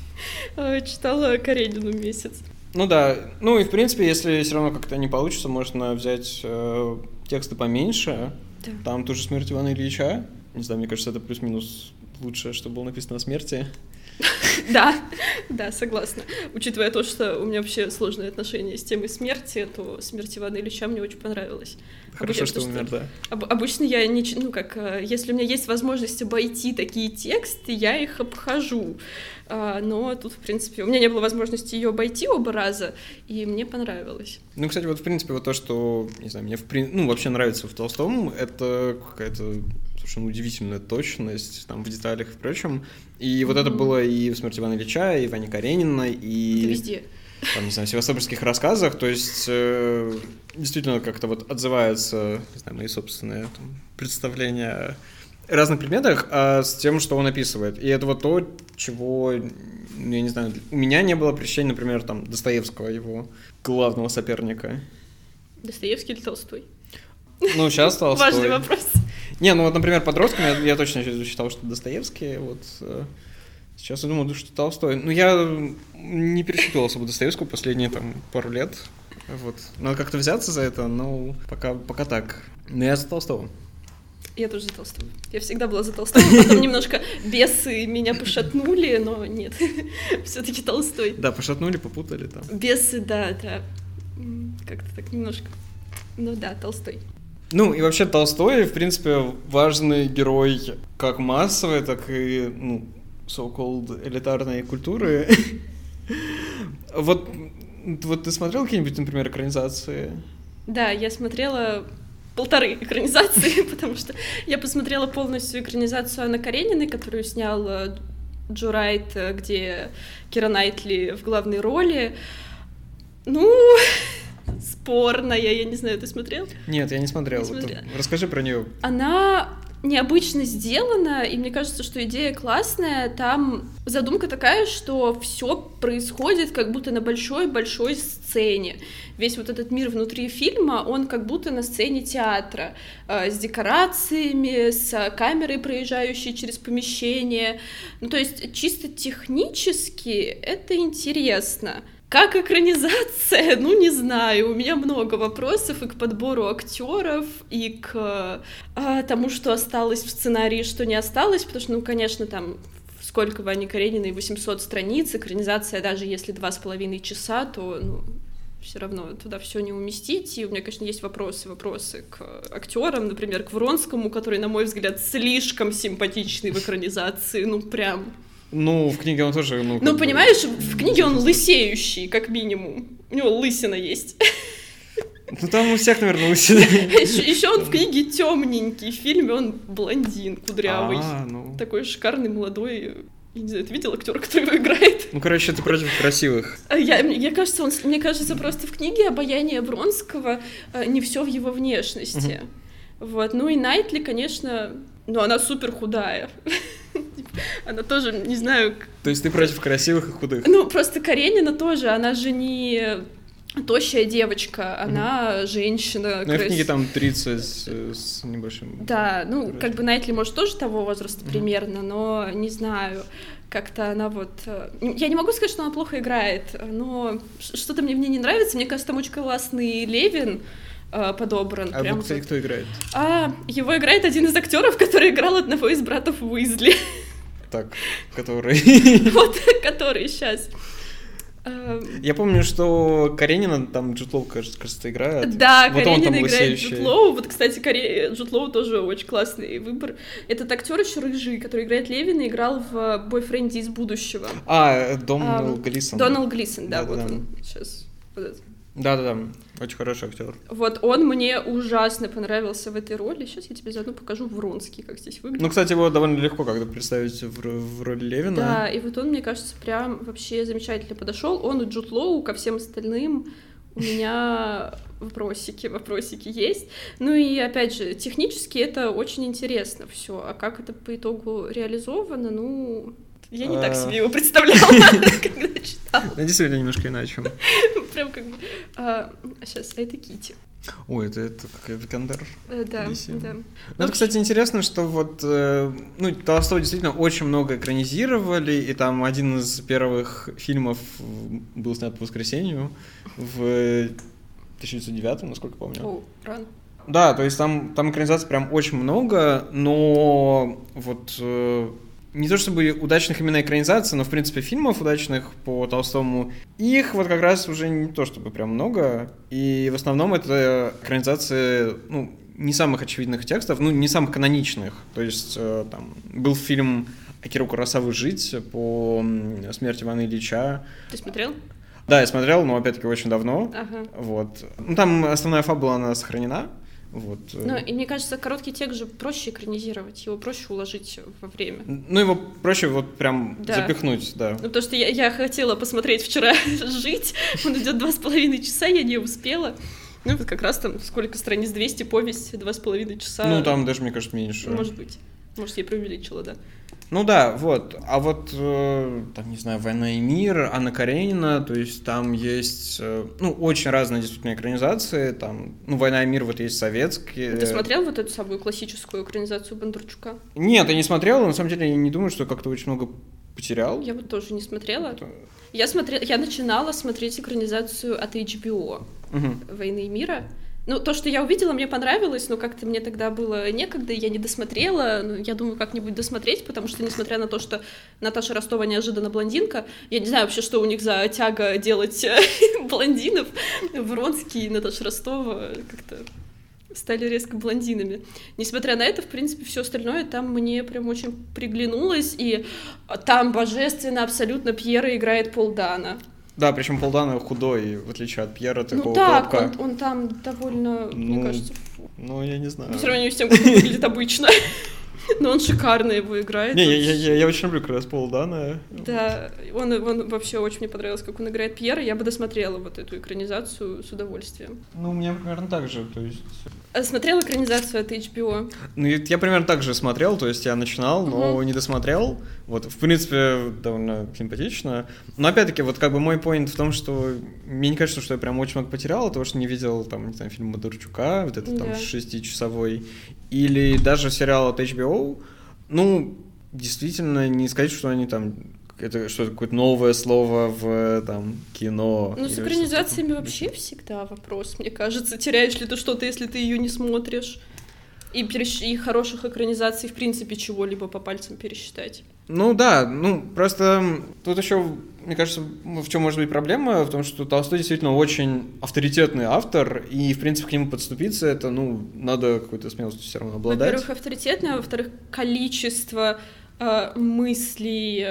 читала Каренину месяц. Ну да, ну и в принципе, если все равно как-то не получится, можно взять э, тексты поменьше, да. Там ту же «Смерть Ивана Ильича», не знаю, мне кажется, это плюс-минус лучшее, что было написано о смерти. Да, да, согласна. Учитывая то, что у меня вообще сложные отношения с темой смерти, то «Смерть Ивана Ильича» мне очень понравилась. Хорошо, обычно, что умер, да. Об, обычно я не... Ну, как, если у меня есть возможность обойти такие тексты, я их обхожу. А, но тут, в принципе, у меня не было возможности ее обойти оба раза, и мне понравилось. Ну, кстати, вот, в принципе, вот то, что, не знаю, мне, в при... ну, вообще нравится в Толстом, это какая-то совершенно удивительная точность там в деталях и прочем. И mm-hmm. вот это было и в «Смерти Ивана Ильича», и в «Анне Карениной», и... Это везде. Там, не знаю, в севастопольских рассказах, то есть э, действительно как-то вот отзываются, не знаю, мои собственные там, представления о разных предметах, а с тем, что он описывает. И это вот то, чего, я не знаю, у меня не было при чтении, например, там, Достоевского, его главного соперника. Достоевский или Толстой? Ну, сейчас Толстой. Важный вопрос. Не, ну вот, например, подростками я, я точно считал, что Достоевский, вот... Сейчас я думаю, что Толстой. Ну, я не перечитывал особо Достоевского последние там пару лет. Вот. Надо как-то взяться за это, но пока, пока так. Но я за Толстого. Я тоже за Толстого. Я всегда была за Толстого, потом немножко бесы меня пошатнули, но нет, все-таки Толстой. Да, пошатнули, попутали там. Бесы, да, да. Как-то так немножко. Ну да, Толстой. Ну, и вообще Толстой, в принципе, важный герой как массовой, так и, ну, so-called элитарной культуры. Вот, вот ты смотрел какие-нибудь, например, экранизации? Да, я смотрела полторы экранизации, потому что я посмотрела полностью экранизацию Анны Карениной, которую снял Джо Райт, где Кира Найтли в главной роли. Ну, спорная, я не знаю, ты смотрел? Нет, я не смотрел. Не смотрела. Расскажи про нее. Она необычно сделана, и мне кажется, что идея классная. Там задумка такая, что все происходит как будто на большой-большой сцене. Весь вот этот мир внутри фильма, он как будто на сцене театра, э, с декорациями, с камерой, проезжающей через помещение. Ну, то есть чисто технически это интересно. Как экранизация, ну не знаю, у меня много вопросов и к подбору актеров, и к а, тому, что осталось в сценарии, что не осталось, потому что, ну, конечно, там сколько в Анне Карениной, восемьсот страниц, экранизация, даже если два с половиной часа, то, ну, все равно туда все не уместить, и у меня, конечно, есть вопросы, вопросы к актерам, например, к Вронскому, который, на мой взгляд, слишком симпатичный в экранизации, ну, прям... Ну, в книге он тоже... Ну, ну бы... понимаешь, в книге он лысеющий, как минимум. У него лысина есть. Ну, там у всех, наверное, лысина. Еще он в книге темненький, в фильме он блондин, кудрявый. А, ну... Такой шикарный, молодой... Я не знаю, ты видел актера, который его играет? Ну, короче, ты против красивых. Я, мне, кажется, он, мне кажется, просто в книге обаяние Вронского не все в его внешности. Угу. Вот. Ну и Найтли, конечно... Ну, она супер худая. Она тоже, не знаю... То есть ты против красивых и худых? Ну, просто Каренина тоже, она же не тощая девочка, она mm-hmm. женщина. Ну, крас... в книге там тридцать с небольшим... Да, ну, короче. Как бы Найтли, может, тоже того возраста mm-hmm. примерно, но не знаю, как-то она вот... Я не могу сказать, что она плохо играет, но что-то мне в ней не нравится. Мне кажется, там очень классный Левин подобран. А прям кстати, вот. Кто играет? А, его играет один из актеров, который играл одного из братов Уизли. Так, который... Вот, который сейчас. Я помню, что Каренина там Джуд Лоу, кажется, играет. Да, вот Каренина играет Джуд Лоу. Вот, кстати, Каре... Джуд Лоу тоже очень классный выбор. Этот актер еще рыжий, который играет Левина, играл в «Бойфренде из будущего». А, Дональд а, Глисон. Дональд Глисон, да, да вот да. он сейчас. Вот это. Да-да-да, очень хороший актер. Вот он мне ужасно понравился в этой роли. Сейчас я тебе заодно покажу Вронский, как здесь выглядит. Ну, кстати, его довольно легко как-то представить в, в роли Левина. Да, и вот он, мне кажется, прям вообще замечательно подошел. Он и Джуд Лоу ко всем остальным у меня вопросики, вопросики есть. Ну и, опять же, технически это очень интересно все. А как это по итогу реализовано, ну... Я не так себе его представляла, когда читала. Ну, действительно, немножко иначе. Прям как бы... А, сейчас, а это Кити. Ой, это, это как Викандер. Да, да. Ну, это, кстати, интересно, что вот, ну, Толстого действительно очень много экранизировали, и там один из первых фильмов был снят по воскресенью в тысяча девятьсот девятом, насколько помню. О, рано. Да, то есть там, там экранизаций прям очень много, но вот... Не то чтобы удачных именно экранизаций, но, в принципе, фильмов удачных по Толстому, их вот как раз уже не то чтобы прям много, и в основном это экранизации, ну, не самых очевидных текстов, ну, не самых каноничных. То есть, э, там, был фильм Акиры Куросавы «Жить» по смерти Ивана Ильича. Ты смотрел? Да, я смотрел, но, опять-таки, очень давно. Ага. Вот. Ну, там основная фабула, она сохранена. Вот. Ну, и мне кажется, короткий текст же проще экранизировать, его проще уложить во время. Ну, его проще вот прям да. запихнуть, да. Ну, потому что я, я хотела посмотреть вчера «Жить», он идет два с половиной часа, я не успела. Ну, вот как раз там сколько страниц, двести, повесть, два с половиной часа. Ну, там даже, мне кажется, меньше. Может быть. Может, я преувеличила, да. Ну да, вот. А вот, э, там, не знаю, «Война и мир», Анна Каренина, то есть там есть, э, ну, очень разные действительно экранизации, там, ну, «Война и мир» вот есть советские. Ты смотрел вот эту самую классическую экранизацию Бондарчука? Нет, я не смотрел, но на самом деле я не думаю, что как-то очень много потерял. Я вот тоже не смотрела. Это... Я смотрела, я начинала смотреть экранизацию от эйч би о угу. «Войны и мира». Ну, то, что я увидела, мне понравилось, но как-то мне тогда было некогда, я не досмотрела, ну, я думаю, как-нибудь досмотреть, потому что, несмотря на то, что Наташа Ростова неожиданно блондинка, я не знаю вообще, что у них за тяга делать блондинов, Вронский и Наташа Ростова как-то стали резко блондинами. Несмотря на это, в принципе, все остальное там мне прям очень приглянулось, и там божественно абсолютно Пьера играет Пол Дана. Да, причем Пол Дано худой, в отличие от Пьера, такого Ну так, колобка. он, он там довольно, Ну, мне кажется, фу. Ну, я не знаю. По сравнению с тем, как он выглядит обычно. Но он шикарно его играет. Не, я, я, я, я очень люблю как раз Пола Дано. Да, он, он вообще очень мне понравилось, как он играет Пьера. Я бы досмотрела вот эту экранизацию с удовольствием. Ну, мне примерно так же, то есть... А смотрел экранизацию от эйч би о? Ну, я, я примерно так же смотрел, то есть я начинал, но uh-huh. не досмотрел. Вот, в принципе, довольно симпатично. Но, опять-таки, вот как бы мой поинт в том, что мне не кажется, что я прям очень много потерял, того, что не видел, там, не знаю, фильм Бондарчука, вот этот там Yeah. шестичасовой, или даже сериал от эйч би о. Ну, действительно, не сказать, что они там... Это что-то какое-то новое слово в там кино. Ну, с экранизациями вообще всегда вопрос, мне кажется. Теряешь ли ты что-то, если ты ее не смотришь? И, перещ... и хороших экранизаций, в принципе, чего-либо по пальцам пересчитать. Ну да, ну просто тут еще, мне кажется, в чем может быть проблема, в том, что Толстой действительно очень авторитетный автор, и, в принципе, к нему подступиться, это, ну, надо какой-то смелостью все равно обладать. Во-первых, авторитетный, а во-вторых, количество э, мыслей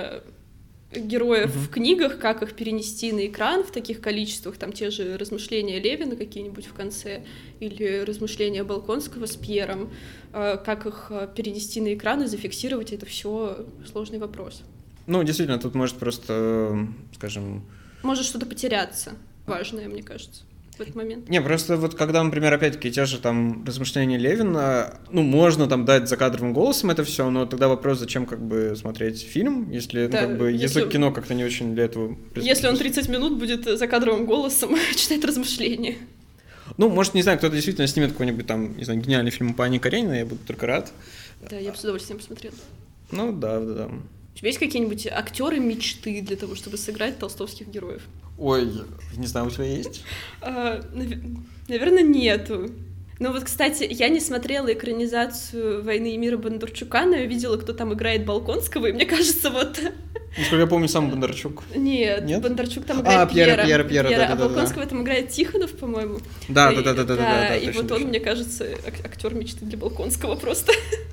героев uh-huh. в книгах, как их перенести на экран в таких количествах, там те же размышления Левина какие-нибудь в конце, или размышления Болконского с Пьером, э, как их перенести на экран и зафиксировать, это все сложный вопрос. Ну, действительно, тут может просто, скажем... Может что-то потеряться, важное, мне кажется, в этот момент. Не, просто вот когда, например, опять-таки, те же там размышления Левина, ну, можно там дать закадровым голосом это все, но тогда вопрос, зачем как бы смотреть фильм, если, да, ну, как бы, если... язык кино как-то не очень для этого... Если он тридцать минут будет закадровым голосом читать размышления. Ну, может, не знаю, кто-то действительно снимет какой-нибудь там, не знаю, гениальный фильм по Анне Карениной, я буду только рад. Да, я бы с удовольствием посмотрела. Ну, да, да, да. У тебя есть какие-нибудь актеры мечты для того, чтобы сыграть толстовских героев? Ой, не знаю, у тебя есть? А, нав... Наверное, нету. Ну вот, кстати, я не смотрела экранизацию «Войны и мира» Бондарчука, но я видела, кто там играет Болконского, и мне кажется, вот... Насколько я помню, сам Бондарчук. Нет, Нет? Бондарчук там играет а, Пьера. Пьера, Пьера, Пьера, Пьера, да, а да, Болконского да. там играет Тихонов, по-моему. Да, и, да, да, да, да, да, да, и точно, вот он, точно. мне кажется, актер мечты для Болконского просто.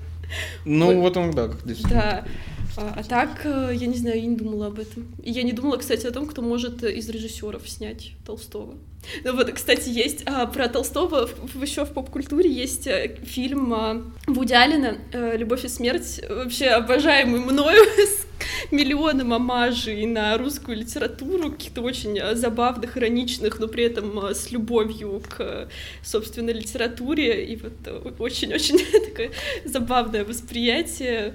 Ну, вот, вот он, да, как действительно. Да. А, а так, я не знаю, я не думала об этом. И я не думала, кстати, о том, кто может из режиссеров снять Толстого. Ну вот, кстати, есть а, про Толстого в, еще в поп-культуре есть а, фильм а, Вуди Аллена «Любовь и смерть», вообще обожаемый мною, с миллионом омажей на русскую литературу, каких-то очень забавных, ироничных, но при этом с любовью к собственной литературе, и вот очень-очень такое забавное восприятие,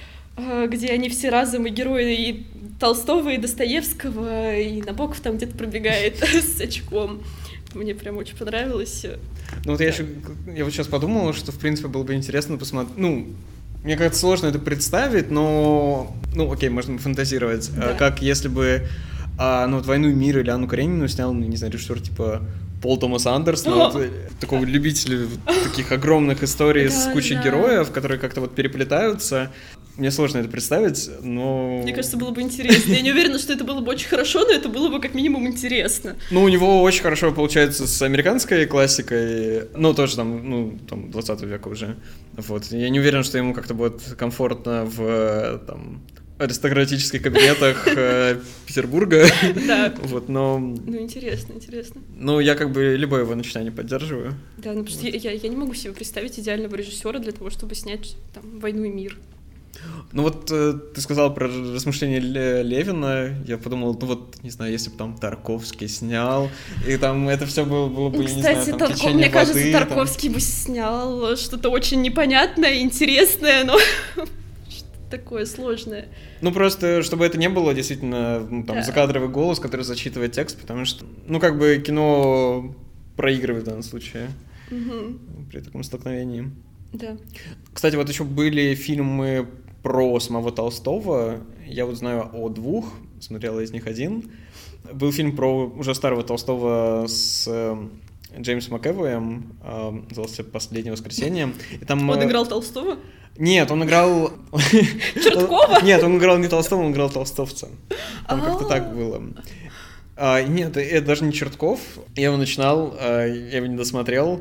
где они все разом и герои и Толстого, и Достоевского, и Набоков там где-то пробегает с очком. Мне прям очень понравилось. Ну вот я еще, я вот сейчас подумала, что в принципе было бы интересно посмотреть, ну, мне как-то сложно это представить, но, ну, окей, можно фантазировать, да. Как если бы, а, ну, вот «Войну и мир» или Анну Каренину снял, ну, не знаю, режиссер типа Пол Томас Андерсон, вот, такого любителя таких огромных историй с кучей героев, которые как-то вот переплетаются. Мне сложно это представить, но... Мне кажется, было бы интересно. Я не уверена, что это было бы очень хорошо, но это было бы как минимум интересно. Ну, у него очень хорошо получается с американской классикой, ну, тоже там, ну, там, двадцатого века уже. Вот. Я не уверен, что ему как-то будет комфортно в, там, аристократических кабинетах Петербурга. Да. Вот, но... Ну, интересно, интересно. Ну, я как бы любое его начинание поддерживаю. Да, ну, просто я, я не могу себе представить идеального режиссера для того, чтобы снять, там, «Войну и мир». Ну вот э, ты сказал про размышления Левина, я подумал, ну вот, не знаю, если бы там Тарковский снял, и там это все было, было бы, Кстати, не знаю, там Тарко... течение мне воды. кажется, Тарковский там... бы снял что-то очень непонятное, интересное, но что-то такое сложное. Ну просто, чтобы это не было действительно, ну, там, да. закадровый голос, который зачитывает текст, потому что, ну как бы кино проигрывает в данном случае угу. при таком столкновении. Да. Кстати, вот еще были фильмы про самого Толстого. Я вот знаю о двух, смотрела из них один. Был фильм про уже старого Толстого с э, Джеймсом Макэвоем, э, назывался «Последнее воскресенье». И там, он э... играл Толстого? Нет, он играл... Черткова? Нет, он играл не Толстого, он играл толстовца. Там как-то так было. А, нет, это даже не Чертков. Я его начинал, я его не досмотрел.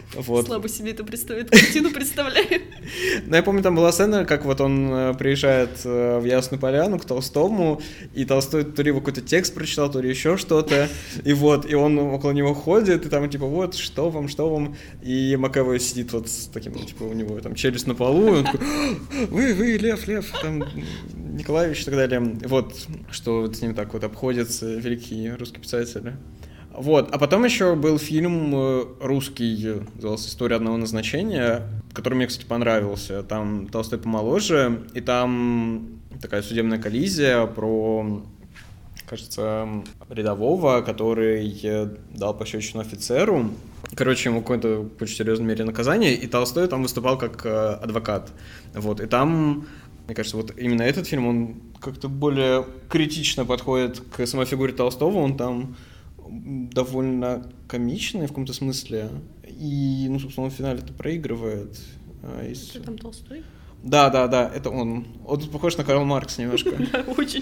Вот. Слабо себе это представляет, картину представляю. Ну, я помню, там была сцена, как вот он э, приезжает э, в Ясную Поляну к Толстому, и Толстой то ли его какой-то текст прочитал, то ли еще что-то, и вот, и он около него ходит, и там, типа, вот, что вам, что вам, и Макэвой сидит вот с таким, ну, типа, у него там челюсть на полу, и он такой, вы, вы, Лев, Лев, там, Николаевич и так далее. Вот, что вот с ним так вот обходятся великие русские писатели. Вот, а потом еще был фильм русский, назывался «История одного назначения», который мне, кстати, понравился. Там Толстой помоложе, и там такая судебная коллизия про, кажется, рядового, который дал пощечину офицеру. Короче, ему какое-то в очень серьезной мере наказание, и Толстой там выступал как адвокат. Вот, и там, мне кажется, вот именно этот фильм, он как-то более критично подходит к самой фигуре Толстого, он там довольно комичный в каком-то смысле, и, ну, собственно, он в финале это проигрывает. Это там Толстой? Да, да, да, это он. Он похож на Карл Маркс немножко. Да, очень.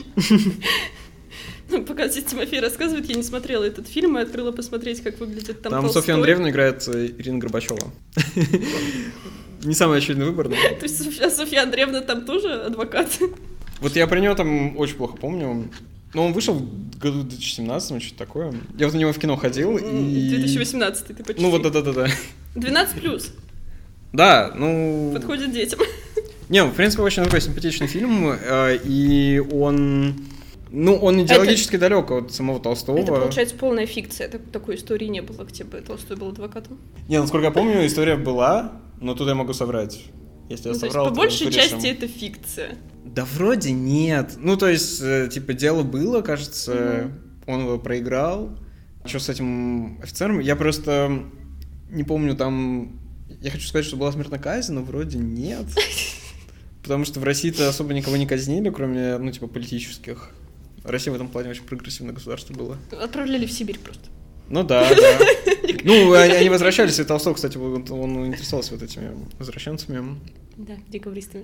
Ну, пока здесь Тимофей рассказывает, я не смотрела этот фильм и открыла посмотреть, как выглядит там Толстой. Там Софья Андреевна играет Ирина Горбачева. Не самый очевидный выбор, но... То есть Софья Андреевна там тоже адвокат? Вот я про него там очень плохо помню. Но он вышел в году две тысячи семнадцатом, что-то такое. Я вот на него в кино ходил, и... две тысячи восемнадцатый, ты почти. Ну вот, да-да-да. двенадцать плюс. Да, ну... Подходит детям. Не, в принципе, очень такой симпатичный фильм, и он... Ну, он идеологически это... далек от самого Толстого. Это, получается, полная фикция. Так, такой истории не было, где бы Толстой был адвокатом. Не, насколько я помню, история была, но тут я могу соврать. Если ну, я то соврал, есть, по большей то части это фикция. Да вроде нет. Ну, то есть, типа, дело было, кажется, mm-hmm. он его проиграл. Что с этим офицером? Я просто не помню, там... Я хочу сказать, что была смертная казнь, но вроде нет. Потому что в России-то особо никого не казнили, кроме, ну, типа, политических. Россия в этом плане очень прогрессивное государство было. Отправляли в Сибирь просто. Ну да, да. Ну, они возвращались, и Толстой, кстати, он интересовался вот этими возвращенцами. Да, декабристами.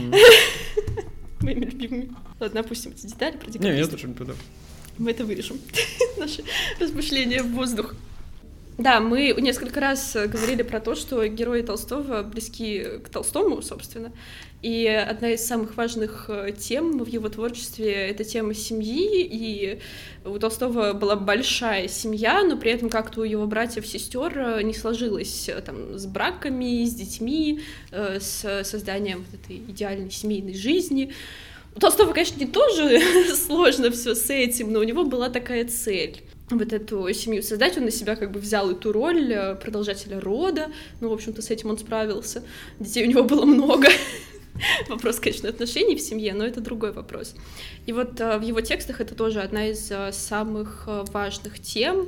Моими любимыми. Ладно, опустим эти детали про декабристов. Не, я тоже не буду. Мы это вырежем. Наши размышления в воздух. Да, мы несколько раз говорили про то, что герои Толстого близки к Толстому, собственно. И одна из самых важных тем в его творчестве — это тема семьи. И у Толстого была большая семья, но при этом как-то у его братьев-сестер не сложилось там с браками, с детьми, с созданием вот этой идеальной семейной жизни. У Толстого, конечно, не тоже сложно все с этим, но у него была такая цель. Вот эту семью создать, он на себя как бы взял эту роль продолжателя рода, ну, в общем-то, с этим он справился, детей у него было много, вопрос, конечно, отношений в семье, но это другой вопрос. И вот в его текстах это тоже одна из самых важных тем,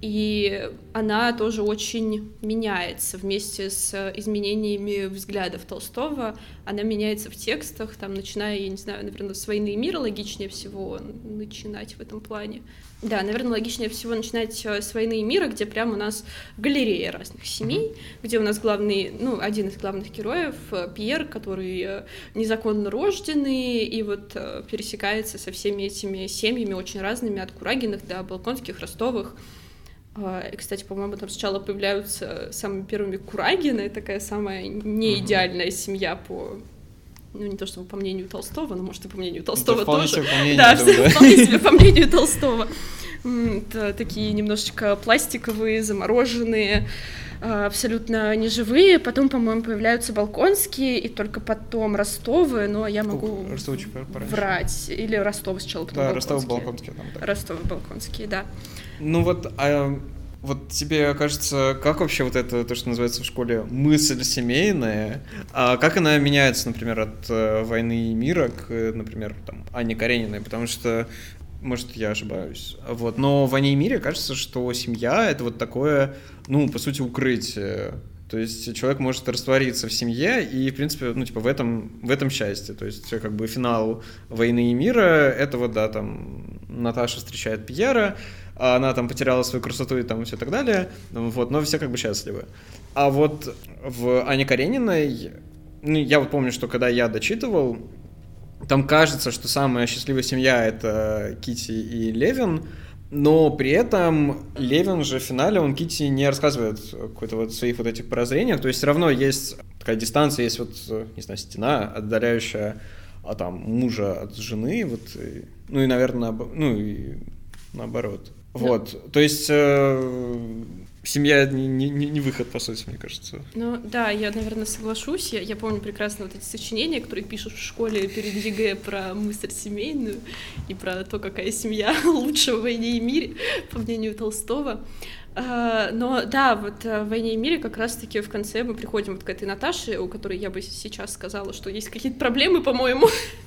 и она тоже очень меняется вместе с изменениями взглядов Толстого. Она меняется в текстах, там, начиная, я не знаю, наверное, с «Войны и мира» логичнее всего начинать в этом плане. Да, наверное, логичнее всего начинать с «Войны и мира», где прямо у нас галерея разных семей, где у нас главный, ну, один из главных героев, Пьер, который незаконно рожденный, и вот пересекается со всеми этими семьями очень разными, от Курагиных до Болконских, Ростовых. И, кстати, по-моему, там сначала появляются самыми первыми Курагины, такая самая неидеальная семья по... Ну, не то чтобы по мнению Толстого, но, может, и по мнению Толстого тоже. Да, вполне себе по мнению Толстого. Это такие немножечко пластиковые, замороженные, абсолютно неживые. Потом, по-моему, появляются Болконские, и только потом Ростовы, но я могу врать. Или Ростовы сначала, потом да, Болконские. Ростовы-Болконские. Да. Ростовы-Болконские, да. Ну вот, а вот тебе кажется, как вообще вот это, то, что называется в школе, мысль семейная, а как она меняется, например, от э, «Войны и мира» к, например, там, Анне Карениной, потому что, может, я ошибаюсь, вот, но в «Войне и мире» кажется, что семья — это вот такое, ну, по сути, укрытие. То есть человек может раствориться в семье и, в принципе, ну, типа, в этом, в этом счастье. То есть, как бы, финал «Войны и мира» — это вот, да, там, Наташа встречает Пьера, она там потеряла свою красоту и там все так далее, вот, но все как бы счастливы. А вот в Анне Карениной, ну, я вот помню, что когда я дочитывал, там кажется, что самая счастливая семья — это Кити и Левин, Но при этом Левин же в финале, он Китти не рассказывает какой-то вот своих вот этих прозрениях, то есть все равно есть такая дистанция, есть вот, не знаю, стена, отдаляющая а, там, мужа от жены, вот, и, ну и, наверное, наоб... ну и наоборот. Да. Вот, то есть э, семья не, не, не выход, по сути, мне кажется. Ну да, я, наверное, соглашусь. Я, я помню прекрасно вот эти сочинения, которые пишут в школе перед ЕГЭ про мысль семейную и про то, какая семья лучшая в «Войне и мире», по мнению Толстого. Но да, вот в «Войне и мире» как раз-таки в конце мы приходим вот к этой Наташе, у которой я бы сейчас сказала, что есть какие-то проблемы, по-моему,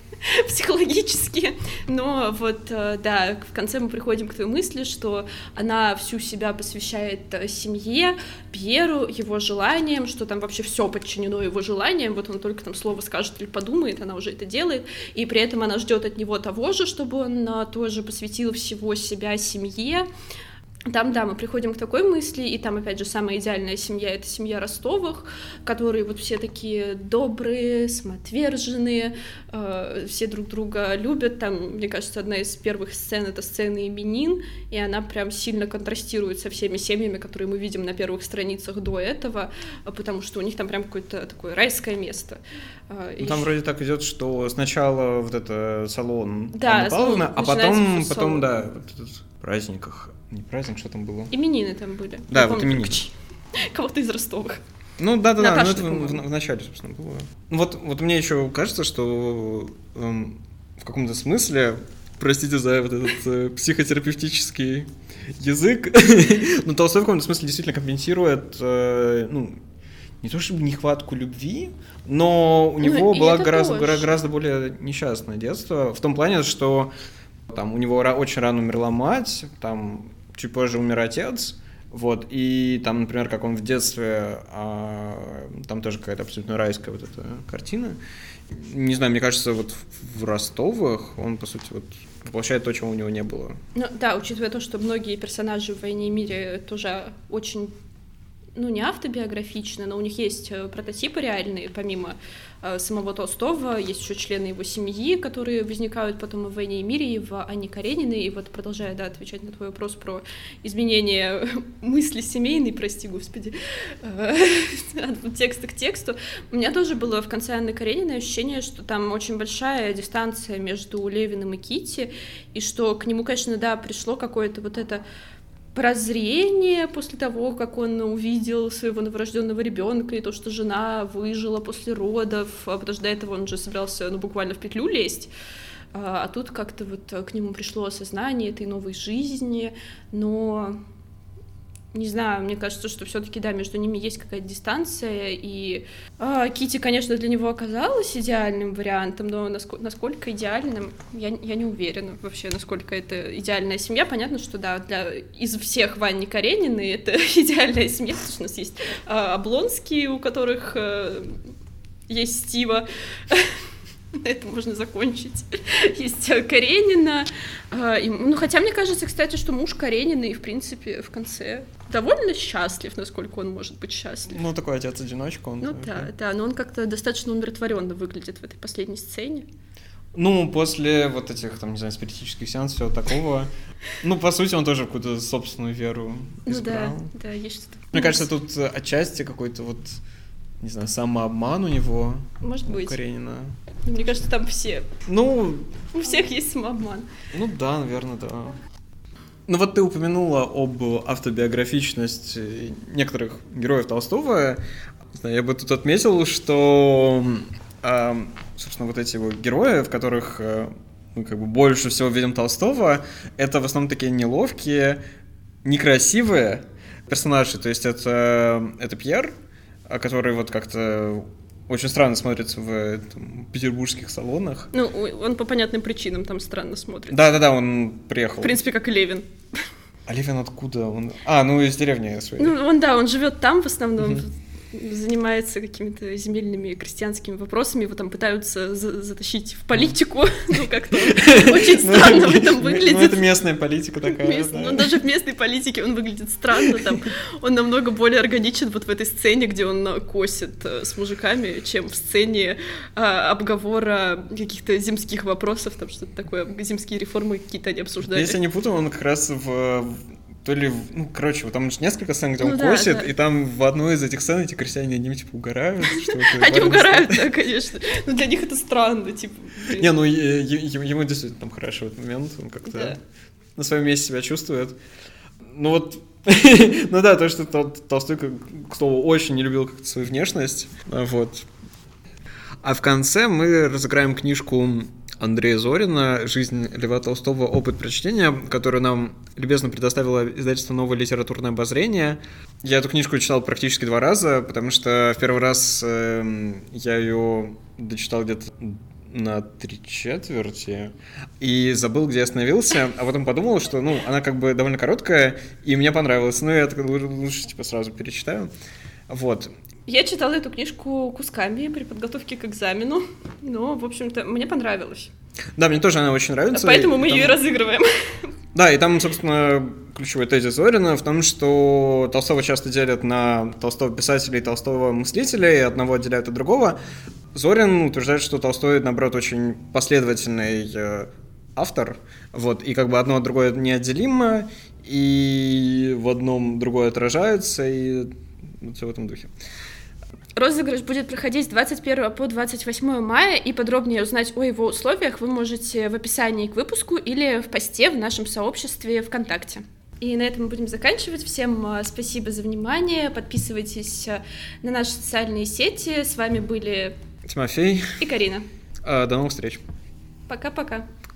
психологические, но вот, да, в конце мы приходим к той мысли, что она всю себя посвящает семье, Пьеру, его желаниям, что там вообще все подчинено его желаниям, вот он только там слово скажет или подумает, она уже это делает, и при этом она ждет от него того же, чтобы он тоже посвятил всего себя семье. Там, да, мы приходим к такой мысли, и там, опять же, самая идеальная семья — это семья Ростовых, которые вот все такие добрые, самоотверженные, э, все друг друга любят. Там, мне кажется, одна из первых сцен — это сцена именин, и она прям сильно контрастирует со всеми семьями, которые мы видим на первых страницах до этого, потому что у них там прям какое-то такое райское место. Ну, там вроде так идет, что сначала вот это салон да, Анны Павловны, а потом, потом, да, вот этот в праздниках. Не праздник, что там было? Именины там были. Да, вот именины. Кого-то из Ростовых. Ну да-да-да, ну это в, в, в начале, собственно, было. Вот, вот мне еще кажется, что эм, в каком-то смысле, простите за вот этот э, психотерапевтический язык, но Толстой в каком-то смысле действительно компенсирует, э, ну, не то чтобы нехватку любви, но у него ну, было гораздо, гораздо более несчастное детство, в том плане, что там у него очень рано умерла мать, там чуть позже умер отец, вот, и там, например, как он в детстве, а, там тоже какая-то абсолютно райская вот эта картина. Не знаю, мне кажется, вот в Ростовых он, по сути, вот воплощает то, чего у него не было. Ну да, учитывая то, что многие персонажи в «Войне и мире» тоже очень, ну, не автобиографичны, но у них есть прототипы реальные, помимо э, самого Толстого, есть еще члены его семьи, которые возникают потом и в «Войне и мире», и в Анне Карениной, и вот продолжая, да, отвечать на твой вопрос про изменение мысли семейной, прости господи, э, от текста к тексту, у меня тоже было в конце Анны Карениной ощущение, что там очень большая дистанция между Левиным и Китти, и что к нему, конечно, да, пришло какое-то вот это прозрение после того, как он увидел своего новорожденного ребенка и то, что жена выжила после родов, потому что до этого он же собирался, ну, буквально в петлю лезть, а тут как-то вот к нему пришло осознание этой новой жизни, но не знаю, мне кажется, что все-таки, да, между ними есть какая-то дистанция, и а, Китти, конечно, для него оказалась идеальным вариантом, но насколько, насколько идеальным, я, я не уверена вообще, насколько это идеальная семья. Понятно, что, да, для, из всех в Анне Карениной это идеальная семья, потому что у нас есть а, Облонские, у которых а, есть Стива, на этом можно закончить. Есть Каренина. Ну, хотя мне кажется, кстати, что муж Карениной, в принципе, в конце довольно счастлив, насколько он может быть счастлив. Ну, такой отец-одиночка. Он ну, да, да, но он как-то достаточно умиротворенно выглядит в этой последней сцене. Ну, после вот этих, там, не знаю, спиритических сеансов, всего такого, ну, по сути, он тоже какую-то собственную веру избрал. Ну, да, да, есть что-то. Мне кажется, тут отчасти какой-то вот, не знаю, самообман у него. Может у быть. Каренина. Мне кажется, там все. Ну... У всех есть самообман. Ну да, наверное, да. Ну вот ты упомянула об автобиографичности некоторых героев Толстого. Не знаю, я бы тут отметил, что, э, собственно, вот эти его герои, в которых э, мы как бы больше всего видим Толстого, это в основном такие неловкие, некрасивые персонажи. То есть это, это Пьер, который вот как-то очень странно смотрится в там, петербургских салонах. Ну, он по понятным причинам там странно смотрится. Да-да-да, он приехал. В принципе, как и Левин. А Левин откуда? Он... А, ну из деревни своей. Ну, он, да, он живет там в основном. Угу. занимается какими-то земельными крестьянскими вопросами, его там пытаются за- затащить в политику, ну как-то очень странно в этом выглядит. Ну это местная политика такая. Ну даже в местной политике он выглядит странно, там он намного более органичен вот в этой сцене, где он косит с мужиками, чем в сцене а, обговора каких-то земских вопросов, там что-то такое, земские реформы какие-то они обсуждали. Если я не путаю, он как раз в... То ли, ну, короче, вот там несколько сцен, где он ну, да, косит, да. и там в одной из этих сцен эти крестьяне, они, типа, угорают. Что они угорают, да, конечно. Но для них это странно, типа... Блин. Не, ну, ему действительно там хорошо в этот момент, он как-то да. на своем месте себя чувствует. Ну вот, ну да, то, что Толстой, к слову, очень не любил как-то свою внешность, вот. А в конце мы разыграем книжку Андрея Зорина «Жизнь Льва Толстого. Опыт прочтения», которую нам любезно предоставило издательство «Новое литературное обозрение». Я эту книжку читал практически два раза, потому что в первый раз э, я ее дочитал где-то на три четверти и забыл, где остановился, а потом подумал, что, ну, она как бы довольно короткая, и мне понравилась. Ну, я так лучше, типа, сразу перечитаю. Вот. Я читала эту книжку кусками при подготовке к экзамену, но, в общем-то, мне понравилось. Да, мне тоже она очень нравится. Поэтому мы там... ее и разыгрываем. Да, и там, собственно, ключевой тезис Зорина в том, что Толстого часто делят на Толстого писателя и Толстого мыслителя, и одного отделяют от другого. Зорин утверждает, что Толстой, наоборот, очень последовательный э, автор, вот, и как бы одно от другое неотделимо, и в одном другое отражается, и вот все в этом духе. Розыгрыш будет проходить с двадцать первого по двадцать восьмое мая, и подробнее узнать о его условиях вы можете в описании к выпуску или в посте в нашем сообществе ВКонтакте. И на этом мы будем заканчивать. Всем спасибо за внимание. Подписывайтесь на наши социальные сети. С вами были Тимофей и Карина. До новых встреч. Пока-пока.